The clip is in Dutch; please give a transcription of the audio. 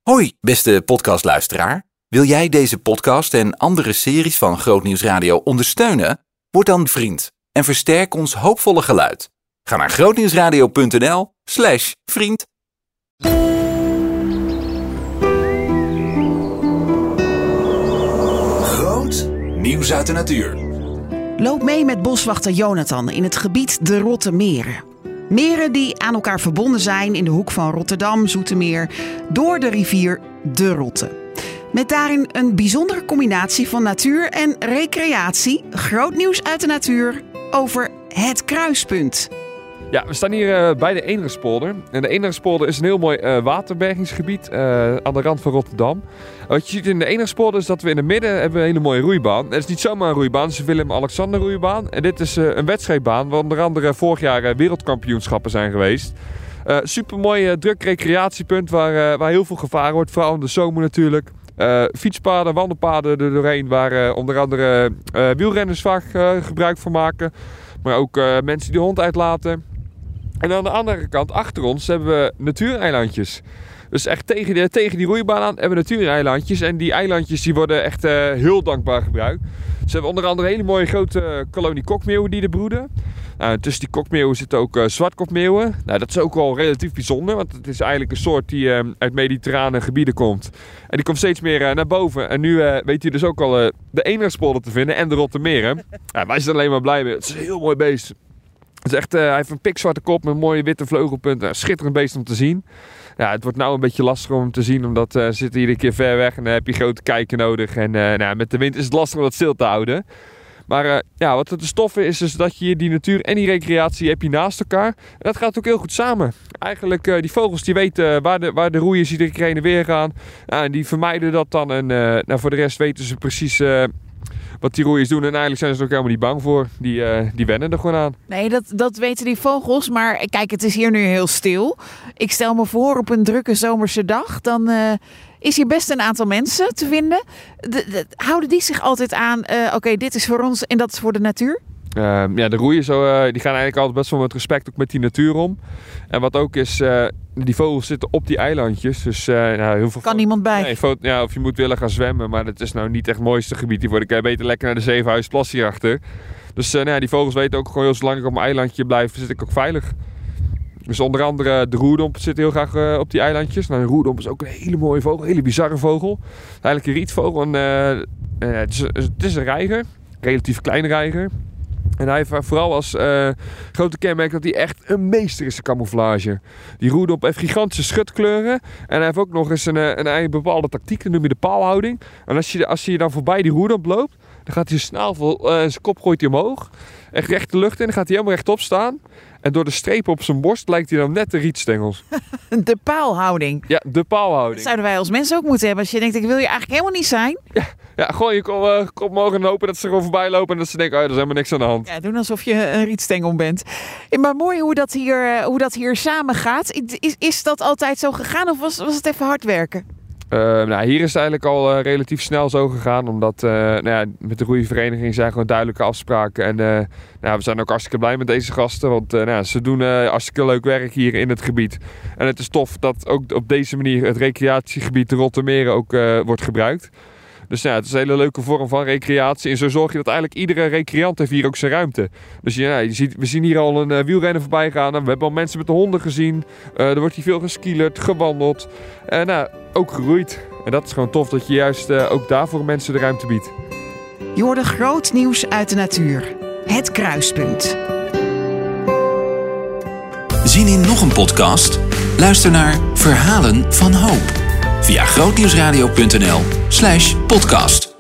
Hoi, beste podcastluisteraar. Wil jij deze podcast en andere series van Groot Nieuws Radio ondersteunen? Word dan vriend en versterk ons hoopvolle geluid. Ga naar grootnieuwsradio.nl/vriend. Groot nieuws uit de natuur. Loop mee met boswachter Jonathan in het gebied de Rotte Meren. Meren die aan elkaar verbonden zijn in de hoek van Rotterdam, Zoetermeer, door de rivier de Rotte. Met daarin een bijzondere combinatie van natuur en recreatie. Groot nieuws uit de natuur over het kruispunt. Ja, we staan hier bij de Eendrachtspolder. En de Eendrachtspolder is een heel mooi waterbergingsgebied aan de rand van Rotterdam. Wat je ziet in de Eendrachtspolder is dat we in het midden hebben een hele mooie roeibaan. Het is niet zomaar een roeibaan, het is een Willem-Alexander roeibaan. En dit is een wedstrijdbaan waar onder andere vorig jaar wereldkampioenschappen zijn geweest. Supermooi druk recreatiepunt waar heel veel gevaren wordt, vooral in de zomer natuurlijk. Fietspaden, wandelpaden er doorheen waar onder andere wielrenners vaak gebruik van maken. Maar ook mensen die de hond uitlaten. En aan de andere kant, achter ons, hebben we natuureilandjes. Dus echt tegen die roeibaan aan hebben we natuureilandjes. En die eilandjes die worden echt heel dankbaar gebruikt. Ze hebben onder andere een hele mooie grote kolonie kokmeeuwen die er broeden. Tussen die kokmeeuwen zitten ook zwartkopmeeuwen. Dat is ook wel relatief bijzonder, want het is eigenlijk een soort die uit mediterrane gebieden komt. En die komt steeds meer naar boven. En nu weet je dus ook al de Eendrachtspolder te vinden en de Rotte Meren. Wij zijn alleen maar blij mee. Het is een heel mooi beest. Het is echt, hij heeft een pikzwarte kop met mooie witte vleugelpunten. Schitterend beest om te zien. Ja, het wordt nou een beetje lastig om hem te zien, omdat ze zitten iedere keer ver weg en dan heb je grote kijken nodig. En met de wind is het lastig om dat stil te houden. Maar wat het de tof is dat je die natuur en die recreatie heb je naast elkaar. En dat gaat ook heel goed samen. Eigenlijk die vogels die weten waar de roeiers iedere keer heen en weer gaan. En die vermijden dat dan. En voor de rest weten ze precies wat die roeiers doen. En eigenlijk zijn ze er ook helemaal niet bang voor. Die wennen er gewoon aan. Nee, dat weten die vogels. Maar kijk, het is hier nu heel stil. Ik stel me voor op een drukke zomerse dag. Dan is hier best een aantal mensen te vinden. Houden die zich altijd aan, oké, dit is voor ons en dat is voor de natuur? De roeiers die gaan eigenlijk altijd best wel met respect ook met die natuur om. En wat ook is, die vogels zitten op die eilandjes. Dus heel veel kan niemand bij? Nee, of je moet willen gaan zwemmen. Maar dat is nou niet echt het mooiste gebied. Die worden beter lekker naar de Zevenhuisplas hierachter. Dus die vogels weten ook gewoon, zolang ik op mijn eilandje blijf, zit ik ook veilig. Dus onder andere de roerdomp zit heel graag op die eilandjes. Nou, de roerdomp is ook een hele mooie vogel, een hele bizarre vogel. Eigenlijk een rietvogel. Het is een reiger, een relatief kleine reiger. En hij heeft vooral als grote kenmerk dat hij echt een meester is in camouflage. Die roerdomp heeft gigantische schutkleuren. En hij heeft ook nog eens een bepaalde tactiek, dat noem je de paalhouding. En als je dan voorbij die roerdomp loopt, dan gaat hij zijn snavel, zijn kop gooit hij omhoog. Echt recht de lucht in, dan gaat hij helemaal rechtop staan. En door de strepen op zijn borst lijkt hij dan net de rietstengels. De paalhouding. Ja, de paalhouding. Dat zouden wij als mensen ook moeten hebben. Als je denkt, ik wil je eigenlijk helemaal niet zijn. Ja, gewoon je kop omhoog en hopen dat ze er gewoon voorbij lopen. En dat ze denken, er is helemaal niks aan de hand. Ja, doen alsof je een rietstengel bent. Maar mooi hoe dat hier samen gaat. Is dat altijd zo gegaan of was het even hard werken? Hier is het eigenlijk al relatief snel zo gegaan. Omdat met de roeivereniging zijn gewoon duidelijke afspraken. En we zijn ook hartstikke blij met deze gasten. Want ze doen hartstikke leuk werk hier in het gebied. En het is tof dat ook op deze manier het recreatiegebied de Rotte Meren ook wordt gebruikt. Dus het is een hele leuke vorm van recreatie. En zo zorg je dat eigenlijk iedere recreant heeft hier ook zijn ruimte. Dus we zien hier al een wielrenner voorbij gaan. We hebben al mensen met de honden gezien. Er wordt hier veel geskielerd, gewandeld. En ook geroeid. En dat is gewoon tof dat je juist ook daarvoor mensen de ruimte biedt. Je hoorde groot nieuws uit de natuur. Het kruispunt. Zien in nog een podcast? Luister naar Verhalen van Hoop via grootnieuwsradio.nl/podcast.